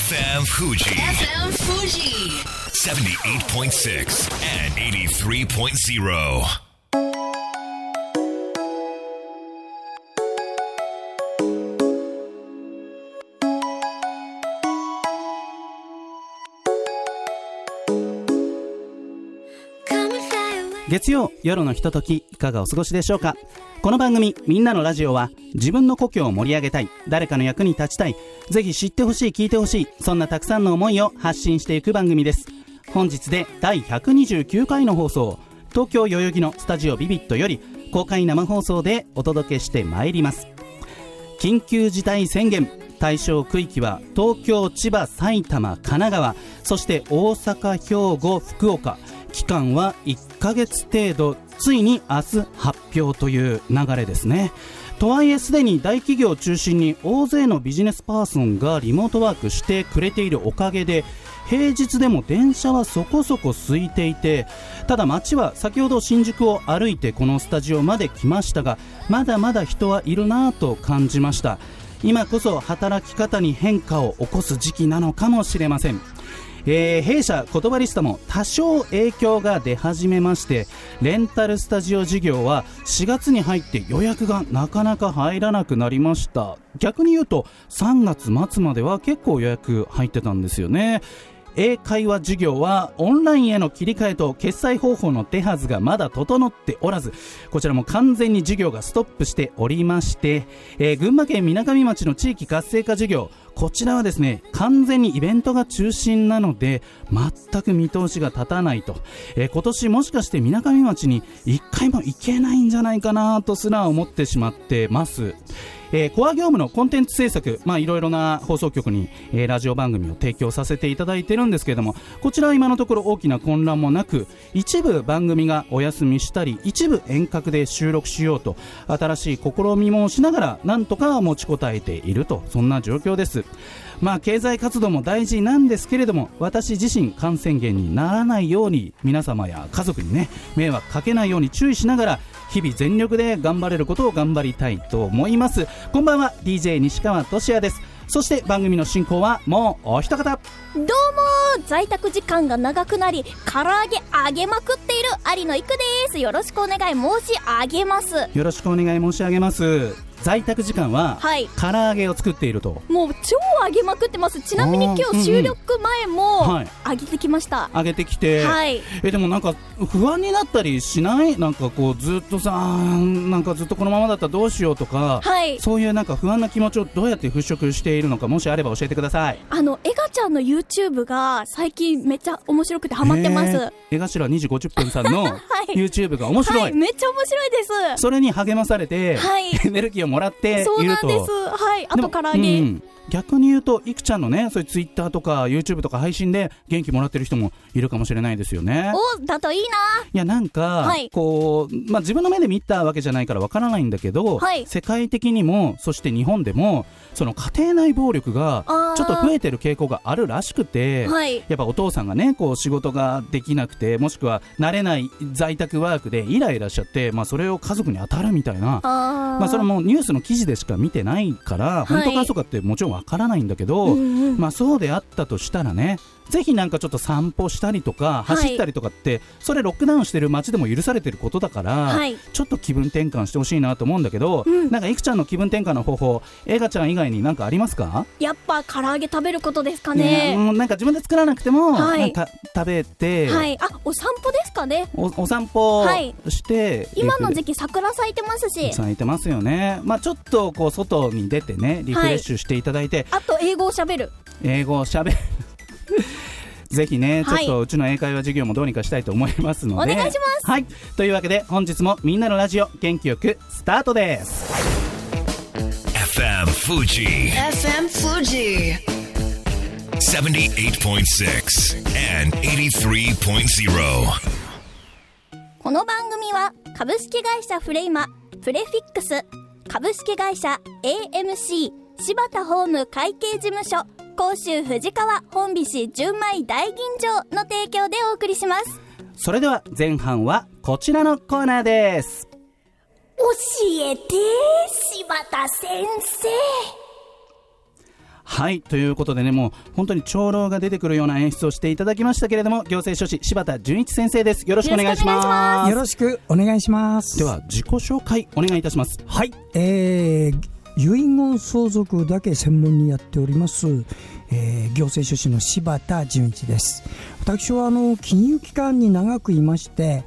FM Fuji 78.6 and 83.0 月曜夜のひととき、いかがお過ごしでしょうか。この番組みんなのラジオは、自分の故郷を盛り上げたい、誰かの役に立ちたい、ぜひ知ってほしい、聞いてほしい、そんなたくさんの思いを発信していく番組です。本日で第129回の放送、東京代々木のスタジオビビットより公開生放送でお届けしてまいります。緊急事態宣言対象区域は東京、千葉、埼玉、神奈川、そして大阪、兵庫、福岡。期間は1ヶ月程度、ついに明日発表という流れですね。とはいえすでに大企業を中心に大勢のビジネスパーソンがリモートワークしてくれているおかげで、平日でも電車はそこそこ空いていて、ただ街は先ほど新宿を歩いてこのスタジオまで来ましたが、まだまだ人はいるなぁと感じました。今こそ働き方に変化を起こす時期なのかもしれません。弊社言葉リストも多少影響が出始めまして、レンタルスタジオ事業は4月に入って予約がなかなか入らなくなりました。逆に言うと3月末までは結構予約入ってたんですよね。英会話授業はオンラインへの切り替えと決済方法の手はずがまだ整っておらず、こちらも完全に授業がストップしておりまして、群馬県みなかみ町の地域活性化事業、こちらはですね、完全にイベントが中心なので全く見通しが立たないと、今年もしかしてみなかみ町に1回も行けないんじゃないかなとすら思ってしまってます。コア業務のコンテンツ制作、いろいろな放送局に、ラジオ番組を提供させていただいてるんですけれども、こちらは今のところ大きな混乱もなく、一部番組がお休みしたり、一部遠隔で収録しようと新しい試みもしながらなんとか持ちこたえていると、そんな状況です。経済活動も大事なんですけれども、私自身感染源にならないように、皆様や家族にね、迷惑かけないように注意しながら、日々全力で頑張れることを頑張りたいと思います。こんばんは、 DJ 西川俊也です。そして番組の進行はもうお一方。 どうも、在宅時間が長くなり唐揚げ揚げまくっている有野育です。よろしくお願い申し上げます。 よろしくお願い申し上げます。在宅時間は唐揚げを作っていると、 もう超揚げまくってます。ちなみに今日収録前も揚げてきました。 揚げてきて、でもなんか不安になったりしない？なんかこうずっとさ、なんかずっとこのままだったらどうしようとか、そういうなんか不安な気持ちをどうやって払拭しているのか、もしあれば教えてください。 エガちゃんの YouTube が最近めっちゃ面白くてハマってます。 江頭2時50分さんのYouTube が面白い、 めっちゃ面白いです。 それに励まされて、エネルギーをもらっていると。 そうなんです。あと唐揚げ、 逆に言うといくちゃんのね、そういう Twitter とか YouTube とか配信で元気もらってる人もいるかもしれないですよね。 お、だといいな。 いや、なんか、こう、自分の目で見たわけじゃないからわからないんだけど、世界的にもそして日本でもその家庭内暴力がちょっと増えてる傾向があるらしくて、やっぱお父さんがね、こう仕事ができなくて、もしくは慣れない在宅ワークでイライラしちゃって、それを家族に当たるみたいな、それもニュースの記事でしか見てないから本当かそうかってもちろんわからないんだけど、そうであったとしたらね、ぜひなんかちょっと散歩したりとか走ったりとかって、それロックダウンしてる街でも許されてることだから、ちょっと気分転換してほしいなと思うんだけど、なんかいくちゃんの気分転換の方法、映画ちゃん以外になんかありますか？ やっぱ唐揚げ食べることですかね。 なんか自分で作らなくても、なんか食べて、 お散歩ですかね。 お散歩して、 今の時期桜咲いてますし。 咲いてますよね。ちょっとこう外に出てね、リフレッシュしていただいて、 あと英語をしゃべる。 ぜひね、ちょっとうちの英会話授業もどうにかしたいと思いますので、 お願いします。 というわけで本日もみんなのラジオ元気よくスタートです。 FM Fuji 78.6 and 83.0。 この番組は株式会社フレイマ、プレフィックス、株式会社 AMC、 柴田ホーム会計事務所、甲州藤川本菱純米大吟醸の提供でお送りします。 それでは前半はこちらのコーナーです。 教えて柴田先生。 はい、ということでね、もう本当に長老が出てくるような演出をしていただきましたけれども、行政書士柴田純一先生です。よろしくお願いします。 よろしくお願いします。 では自己紹介お願いいたします。 はい、遺言相続だけ専門にやっております、行政書士の柴田純一です。私は金融機関に長くいまして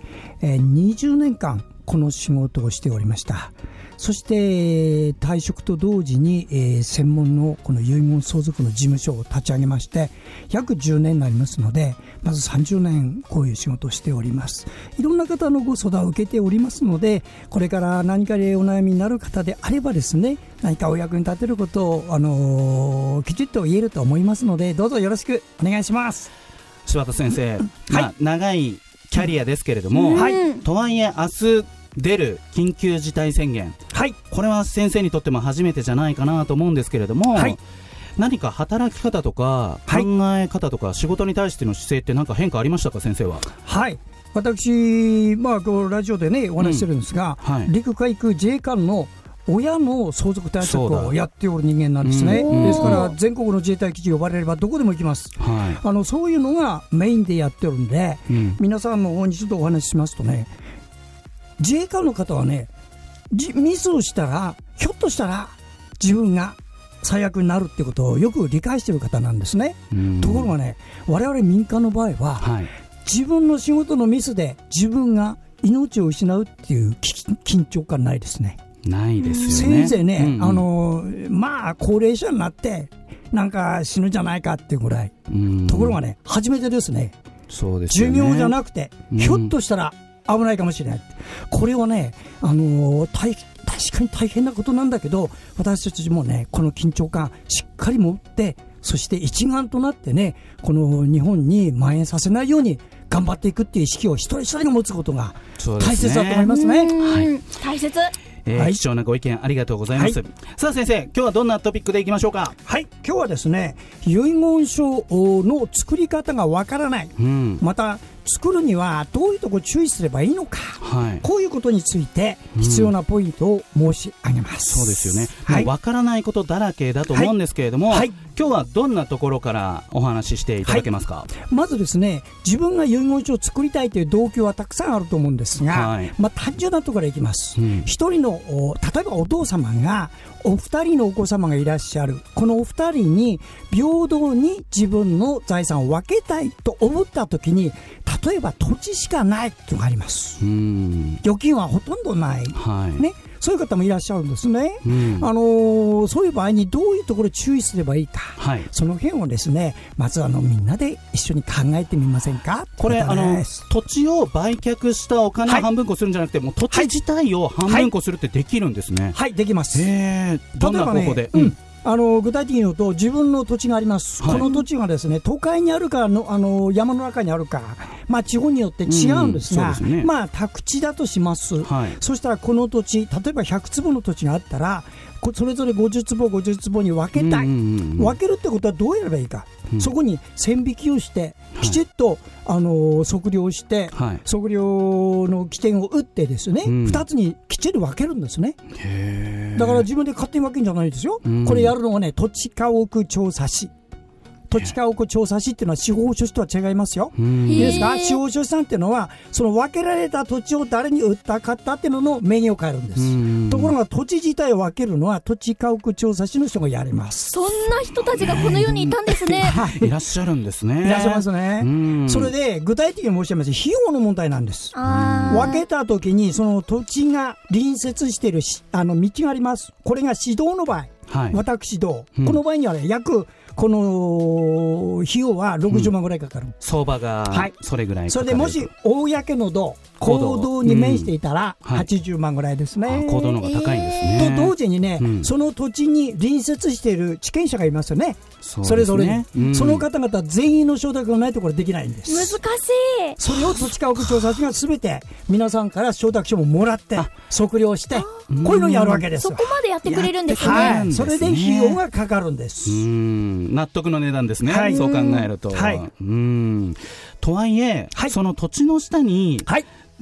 、20年間この仕事をしておりました。そして退職と同時に、専門のこの遺言相続の事務所を立ち上げまして、約10年になりますので、まず30年こういう仕事をしております。いろんな方のご相談を受けておりますので、これから何かでお悩みになる方であればですね、何かお役に立てることを、きちっと言えると思いますので、どうぞよろしくお願いします。 柴田先生、長いキャリアですけれども、とはいえ明日出る緊急事態宣言、これは先生にとっても初めてじゃないかなと思うんですけれども、何か働き方とか考え方とか仕事に対しての姿勢って何か変化ありましたか、先生は。 私、こうラジオでねお話してるんですが、陸海空自衛官の親の相続対策をやっておる人間なんですね。ですから全国の自衛隊基地呼ばれればどこでも行きます、そういうのがメインでやってるんで、皆さんの方にちょっとお話ししますとね、自衛官の方はね、ミスをしたらひょっとしたら自分が最悪になるってことをよく理解している方なんですね。ところがね、我々民間の場合は、自分の仕事のミスで自分が命を失うっていう緊張感ないですね。 ないですよね。 せいぜいね、高齢者になってなんか死ぬんじゃないかっていうぐらい。ところがね、初めてですね。 そうですよね。 寿命じゃなくて、ひょっとしたら危ないかもしれない。これはね、確かに大変なことなんだけど、私たちもね、この緊張感しっかり持って、そして一丸となってね、この日本に蔓延させないように頑張っていくっていう意識を一人一人が持つことが大切だと思いますね。 大切。 貴重なご意見ありがとうございます。さあ先生、今日はどんなトピックでいきましょうか。 今日はですね、遺言書の作り方がわからない、また作るにはどういうところ注意すればいいのか、こういうことについて必要なポイントを申し上げます。 そうですよね。わからないことだらけだと思うんですけれども、今日はどんなところからお話ししていただけますか。 まずですね、自分が遺言書を作りたいという動機はたくさんあると思うんですが、単純なところからいきます。一人の例えばお父様がお二人のお子様がいらっしゃる。このお二人に平等に自分の財産を分けたいと思ったときに、例えば土地しかないというのがあります。預金はほとんどない、そういう方もいらっしゃるんですね。そういう場合にどういうところ注意すればいいか、その辺をですね、まずみんなで一緒に考えてみませんか。 これ土地を売却したお金を半分こするんじゃなくて、もう土地自体を半分こするってできるんですね。 できます。 どんな方法で。 具体的に言うと、自分の土地があります、この土地がですね、都会にあるか山の中にあるか、地方によって違うんですが、宅地だとします、そしたらこの土地、例えば100坪の土地があったら、それぞれ50坪50坪に分けたい、分けるってことはどうやればいいか、そこに線引きをしてきちっと測量して、測量の起点を打ってですね、2つにきっちり分けるんですね。だから自分で勝手に分けるんじゃないですよ。これやるのはね、土地家屋調査士。土地家屋調査士っていうのは司法書士とは違いますよ。いいですか。司法書士さんっていうのは、その分けられた土地を誰に売ったかったっていうのの名義を変えるんです。ところが土地自体を分けるのは土地家屋調査士の人がやります。 そんな人たちがこの世にいたんですね。 いらっしゃるんですね。 いらっしゃいますね。それで具体的に申し上げます。費用の問題なんです。分けた時にその土地が隣接している道があります。これが市道の場合、私道、この場合にはね、約この費用は60万ぐらいかかる、 相場がそれぐらいかかる。 それでもし公の道、公道に面していたら80万ぐらいですね。 公道の方が高いんですね。 と同時にね、その土地に隣接している地権者がいますよね。それぞれに、その方々全員の承諾がないところできないんです。 難しい。 それを土地家屋調査士がすべて皆さんから承諾書ももらって測量して、こういうのをやるわけです。 そこまでやってくれるんですね。 それで費用がかかるんです。 納得の値段ですね、そう考えると。とはいえ、その土地の下に、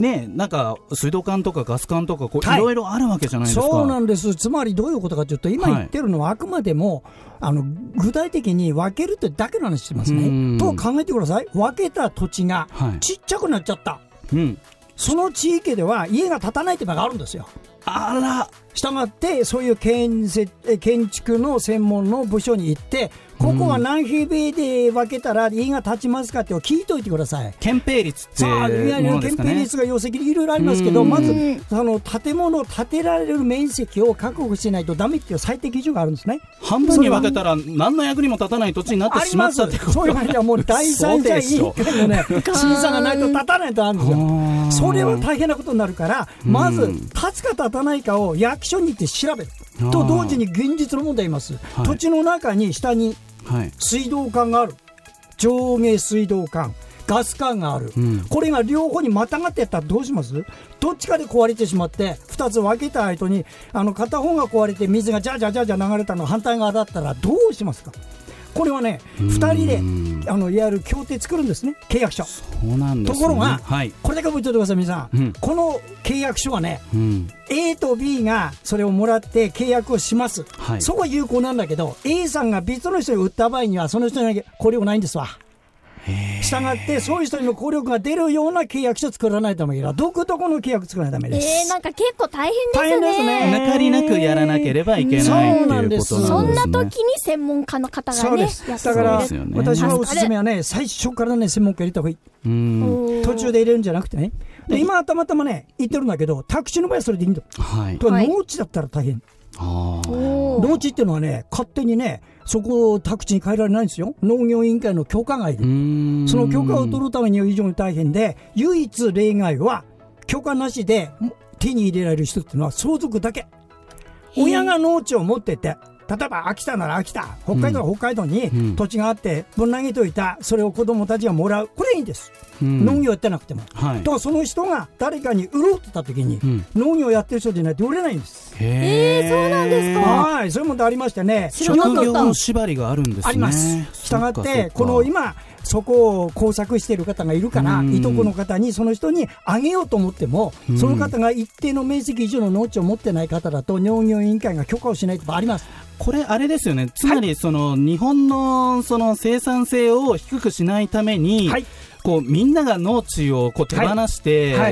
ね、なんか水道管とかガス管とかいろいろあるわけじゃないですか。 そうなんです。つまりどういうことかというと、今言ってるのはあくまでも、具体的に分けるってだけの話してますね。と考えてください。分けた土地がちっちゃくなっちゃった、その地域では家が建たないっていうのがあるんですよ。 あら、 したがってそういう建築の専門の部署に行って、ここは何平米で分けたら家が建ちますかって聞いといてください。 建蔽率ってものですかね。 建蔽率が要請いろいろありますけど、まずその建物を建てられる面積を確保しないとダメっていう最低基準があるんですね。 半分に分けたら何の役にも立たない土地になってしまったってこと。 そういう場合はもう第三者委員会のね審査がないと立たないとあるんですよ。それは大変なことになるから、まず立つか立たないかを役所に行って調べると同時に現実の問題言います、土地の中に下に水道管がある、上下水道管、ガス管がある、これが両方にまたがっていったらどうします？どっちかで壊れてしまって2つ分けた後に片方が壊れて水がジャージャージャージャー流れたのが反対側だったらどうしますか？これはね2人でいわゆる協定作るんですね、契約書。 そうなんですね。 ところが、これだけ覚えておいてください皆さん、この契約書はね、A と B がそれをもらって契約をします、そこは有効なんだけど A さんが別の人に売った場合にはその人に効力ないんですわ。したがってそういう人にも効力が出るような契約書作らないとダメだ。独特の契約作らないとダメです。 なんか結構大変ですね。 大変ですね。 抜かりなくやらなければいけないっていうことなんですね。 そんな時に専門家の方がね、 だから私はおすすめはね、最初からね専門家入れた方がいい。途中で入れるんじゃなくてね。で今たまたまね言ってるんだけど、宅地の場合はそれでいいんだ。農地だったら大変。農地っていうのはね勝手にねそこを宅地に変えられないんですよ。農業委員会の許可がいる。その許可を取るためには非常に大変で、唯一例外は許可なしで手に入れられる人っていうのは相続だけ。親が農地を持ってて、例えば秋田なら秋田、北海道は北海道に土地があってぶん投げといた、それを子供たちがもらう、これいいんです、農業やってなくても、とその人が誰かに売ろうって言った時に、農業やってる人でないと売れないんです。 そうなんですか。 はい、そういう問題ありましてね、 職業の縛りがあるんですね。 あります。したがってこの今そこを工作している方がいるから、いとこの方にその人にあげようと思っても、その方が一定の面積以上の農地を持ってない方だと農業委員会が許可をしないとかあります。 これあれですよね。つまりその日本のその生産性を低くしないために、こうみんなが農地をこう手放して、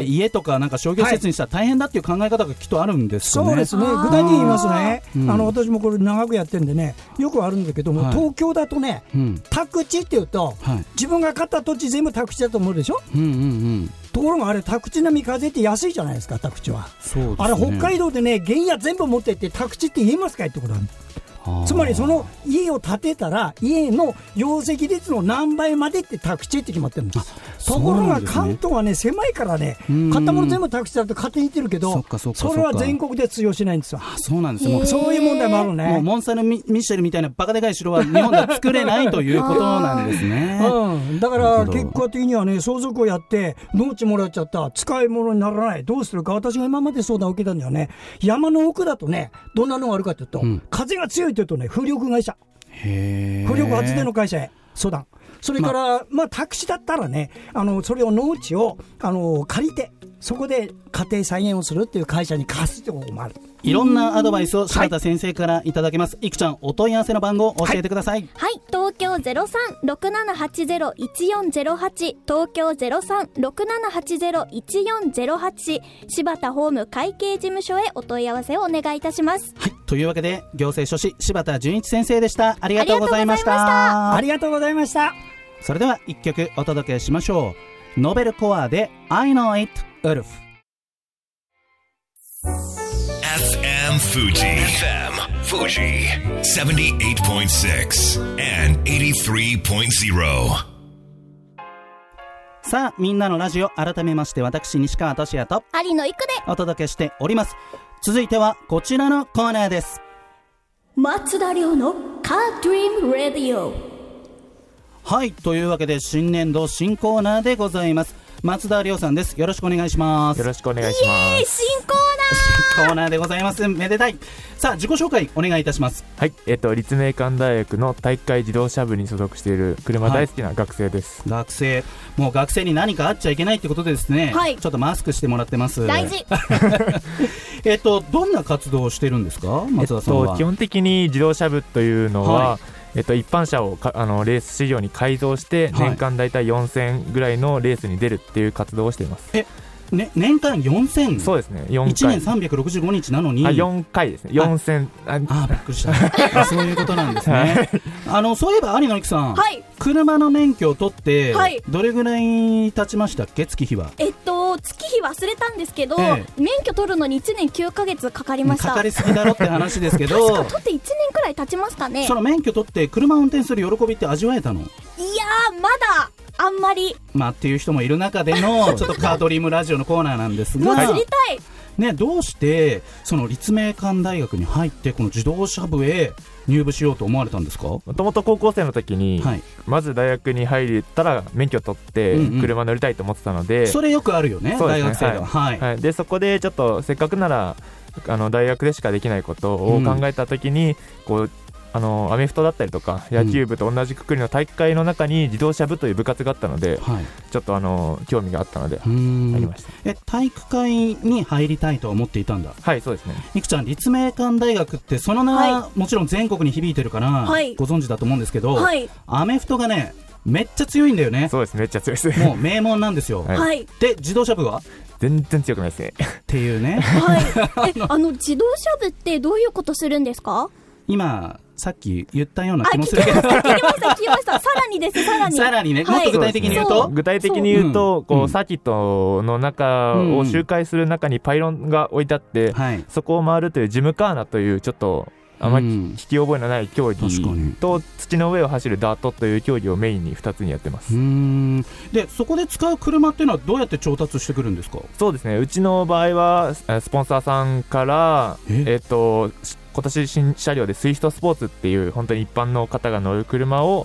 家とかなんか商業施設にしたら大変だっていう考え方がきっとあるんですよね。 そうですね。具体的に言いますね、私もこれ長くやってるんでねよくあるんだけども、東京だとね、宅地っていうと、自分が買った土地全部宅地だと思うでしょ。ところがあれ宅地並み風って安いじゃないですか。宅地はそうですね。あれ北海道でね原野全部持ってって宅地って言えますかってことなんです。つまりその家を建てたら家の容積率の何倍までって宅地って決まってるんです。ところが関東はね狭いからね、買ったもの全部宅地だと勝手に言ってるけど、それは全国で通用しないんですよ。 そうなんですよ。 そういう問題もあるね。 もうモンサルミシェルみたいなバカでかい城は日本では作れないということなんですね。 だから結果的にはね相続をやって農地もらっちゃった、使い物にならない、どうするか。私が今まで相談を受けたんだよね。山の奥だとねどんなのがあるかというと、風が強いというとね風力会社、風力発電の会社へ相談。それから、宅地だったらねそれを農地を借りてそこで家庭菜園をするっていう会社に貸すってこともある。 いろんなアドバイスを柴田先生からいただけます。いくちゃんお問い合わせの番号を教えてください。 東京 03-6780-1408 東京 03-6780-1408 柴田法務会計事務所へお問い合わせをお願いいたします。 というわけで行政書士柴田純一先生でした。ありがとうございました。 ありがとうございました。 それでは一曲お届けしましょう。ノベルコアで I Know It Ulf。 FM Fuji FM Fuji 78.6 and 83.0。 さあみんなのラジオ、改めまして私西川俊也と有野育でお届けしております。続いてはこちらのコーナーです。 松田亮のカードリームラディオ。 はい、というわけで新年度新コーナーでございます。松田亮さんです。よろしくお願いします。 よろしくお願いします。 新コーナーコーナーでございます。めでたい。さあ自己紹介お願いいたします。 はい、立命館大学の体育会自動車部に所属している車大好きな学生です。 学生、もう学生に何かあっちゃいけないってことでですね、 はい、 ちょっとマスクしてもらってます。 大事どんな活動をしてるんですか、松田さんは。 基本的に自動車部というのは、一般車をレース仕様に改造して年間だいたい4000ぐらいのレースに出るっていう活動をしています。 年間4000。 そうですね、4回。 1年365日なのに 4回ですね、4000。 びっくりしたそういうことなんですねそういえば有野由紀さん、はい、車の免許を取って、はい、どれぐらい経ちましたっけ、月日は。 月日忘れたんですけど、免許取るのに1年9ヶ月かかりました。 かかりすぎだろって話ですけど確か取って1年くらい経ちますかね。 その免許取って車を運転する喜びって味わえたの？いやー、まだあんまりっていう人もいる中でのちょっとカードリームラジオのコーナーなんですが、 もう知りたい、 ね、どうしてその立命館大学に入ってこの自動車部へ入部しようと思われたんですか？ もともと高校生の時に、はい、まず大学に入れたら免許取って車乗りたいと思ってたので、 それよくあるよね、大学生では。 はい、でそこでちょっとせっかくなら大学でしかできないことを考えた時に、こうアメフトだったりとか野球部と同じくくりの体育会の中に自動車部という部活があったので、ちょっと興味があったので入りました。 体育会に入りたいと思っていたんだ。 はい、そうですね。 いくちゃん、立命館大学ってその名はもちろん全国に響いてるから、ご存知だと思うんですけど、アメフトがねめっちゃ強いんだよね。 そうです、めっちゃ強いです。 もう名門なんですよ。で自動車部は全然強くないですねっていうね自動車部ってどういうことするんですか？ 今さっき言ったような気もするけど、 聞きました。さらにです、さらにね、もっと具体的に言うと、 具体的に言うと、こうサーキットの中を周回する中にパイロンが置いてあって、そこを回るというジムカーナというちょっとあまり聞き覚えのない競技と、土の上を走るダートという競技をメインに2つにやってます。 でそこで使う車っていうのはどうやって調達してくるんですか？ そうですね、うちの場合はスポンサーさんから今年新車両でスイフトスポーツっていう本当に一般の方が乗る車を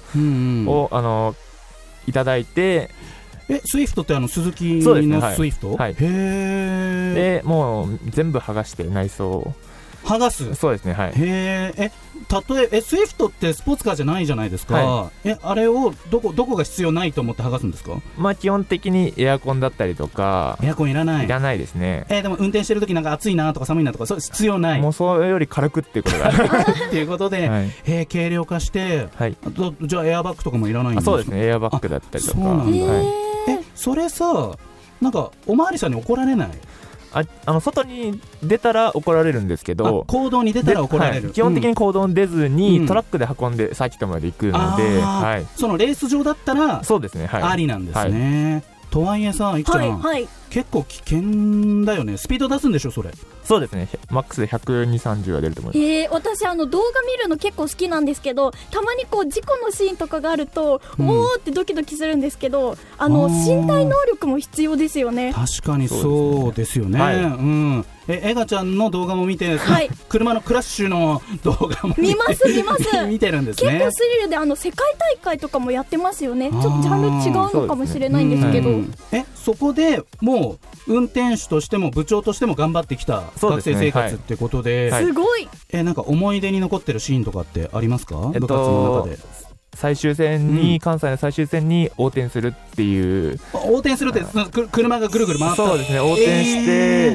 いただいて、 スイフトってスズキのスイフト？ でもう全部剥がして内装を剥がす。 そうですね、はい。 スイフトってスポーツカーじゃないじゃないですか、あれをどこが必要ないと思って剥がすんですか？ 基本的にエアコンだったりとか。 エアコンいらないですね。 でも運転してるときなんか暑いなとか寒いなとかそう必要ない。 もうそれより軽くっていうことがっていうことで、軽量化して、じゃあエアバッグとかもいらないんですか？ そうですね、エアバッグだったりとか。そうなんだ。それさ、なんかおまわりさんに怒られない？ 外に出たら怒られるんですけど、 公道に出たら怒られる。 基本的に公道に出ずに、トラックで運んでサーキットまで行くので、 そのレース場だったらそうですね、 ありなんですね。とはいえさ、いくちゃん、結構危険だよね。スピード出すんでしょそれ？ そうですね、マックスで120、30は出ると思います。 私動画見るの結構好きなんですけど、たまにこう事故のシーンとかがあると、おーってドキドキするんですけど、身体能力も必要ですよね。 確かにそうですよね。エガちゃんの動画も見て、車のクラッシュの動画も見ます見てるんですね。 結構スリルで世界大会とかもやってますよね。ちょっとジャンル違うのかもしれないんですけど、 そこでもう運転手としても部長としても頑張ってきた学生生活ってことで、 すごい。 なんか思い出に残ってるシーンとかってありますか？部活の中で。 最終戦に、関西の最終戦に横転するっていう。 横転するって車がぐるぐる回った。 そうですね、横転して、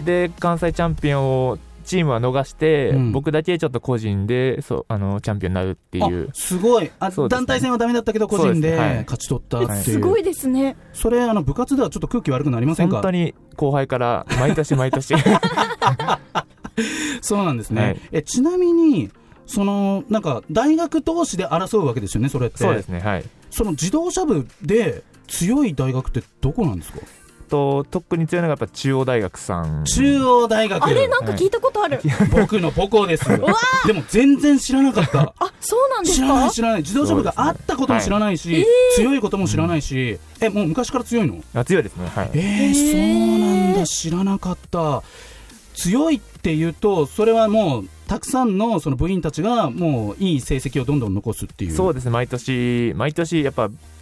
で関西チャンピオンをチームは逃して、僕だけちょっと個人でチャンピオンになるっていう。 すごい。団体戦はダメだったけど個人で勝ち取ったっていう。 すごいですね。 それ部活ではちょっと空気悪くなりませんか？ 本当に後輩から毎年そうなんですね。ちなみになんか大学同士で争うわけですよね、それって。 そうですね、はい。 その自動車部で強い大学ってどこなんですか？ 特に強いのがやっぱ中央大学さん。 中央大学。 あれなんか聞いたことある。 僕の母校です。でも全然知らなかった。 そうなんですか？ 知らない。自動車部があったことも知らないし、強いことも知らないし、もう昔から強いの？ 強いですね。はい。 そうなんだ、知らなかった。強いっていうと、それはもうたくさんのその部員たちがもういい成績をどんどん残すっていう。 そうですね、毎年やっぱ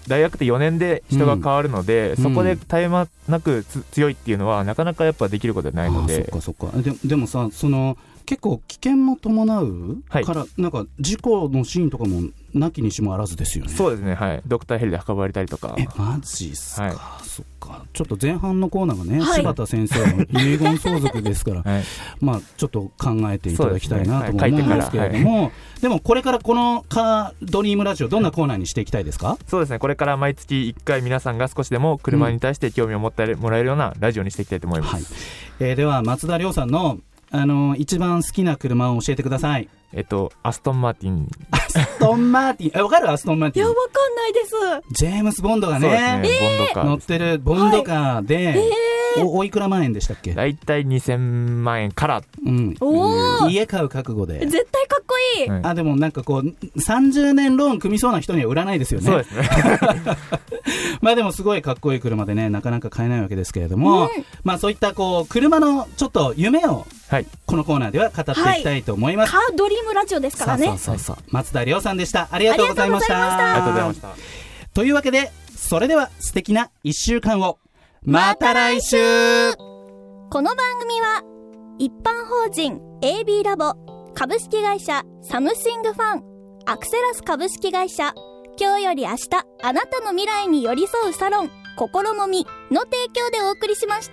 大学って4年で人が変わるので、そこで絶え間なく強いっていうのはなかなかやっぱできることじゃないので。 そっかでもさ、結構危険も伴うから、なんか事故のシーンとかもなきにしもあらずですよね。 そうですね、はい。ドクターヘリで運ばれたりとか。 マジっすか、そっか。ちょっと前半のコーナーがね、柴田先生の遺言相続ですから、まあちょっと考えていただきたいなと思うんですけれども、でもこれからこのドリームラジオどんなコーナーにしていきたいですか？ そうですね、これから毎月1回皆さんが少しでも車に対して興味を持ってもらえるようなラジオにしていきたいと思います。 では松田亮さんの一番好きな車を教えてください。 アストンマーティン。 アストンマーティン。わかる？アストンマーティン。 いや、わかんないです。 ジェームス・ボンドがね、 ボンドカー乗ってるボンドカーで、おいくら万円でしたっけ？ だいたい2000万円から。 家買う覚悟で。 絶対かっこいい。 でもなんかこう、30年ローン組みそうな人には売らないですよね。 そうですね。 まあでもすごいかっこいい車でね、なかなか買えないわけですけれども、まあそういったこう、車のちょっと夢を、このコーナーでは語っていきたいと思います。 カードリームラジオですからね。 そう。松田亮さんでした。ありがとうございました。 ありがとうございました。 というわけで、それでは素敵な1週間を。また来週。 この番組は、一般法人 AB ラボ、株式会社サムシングファン、アクセラス株式会社、今日より明日、あなたの未来に寄り添うサロン、心もみの提供でお送りしました。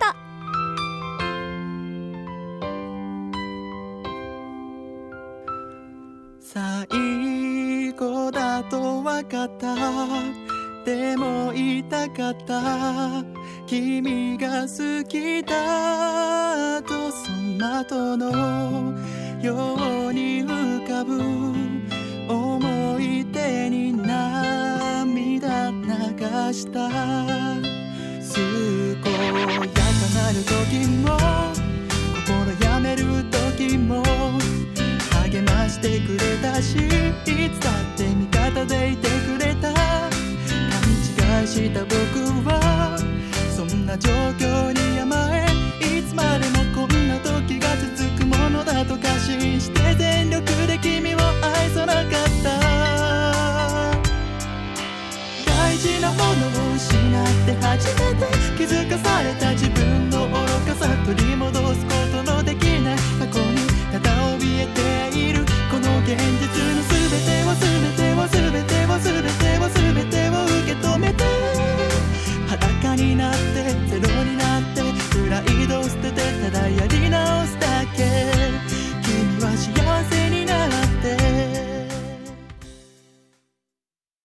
最後だと分かった。でも言いたかった。君が好きだとその後のように浮かぶ思い出に涙流した。健やかなる時も心やめる時も励ましてくれたし、いつだって味方でいてくれた。勘違いした僕はそんな状況に甘え、いつまでもこんな時が続くものだと過信して全力で君を愛さなかった。大事なものを失って初めて気づかされた自分の愚かさ、取り戻す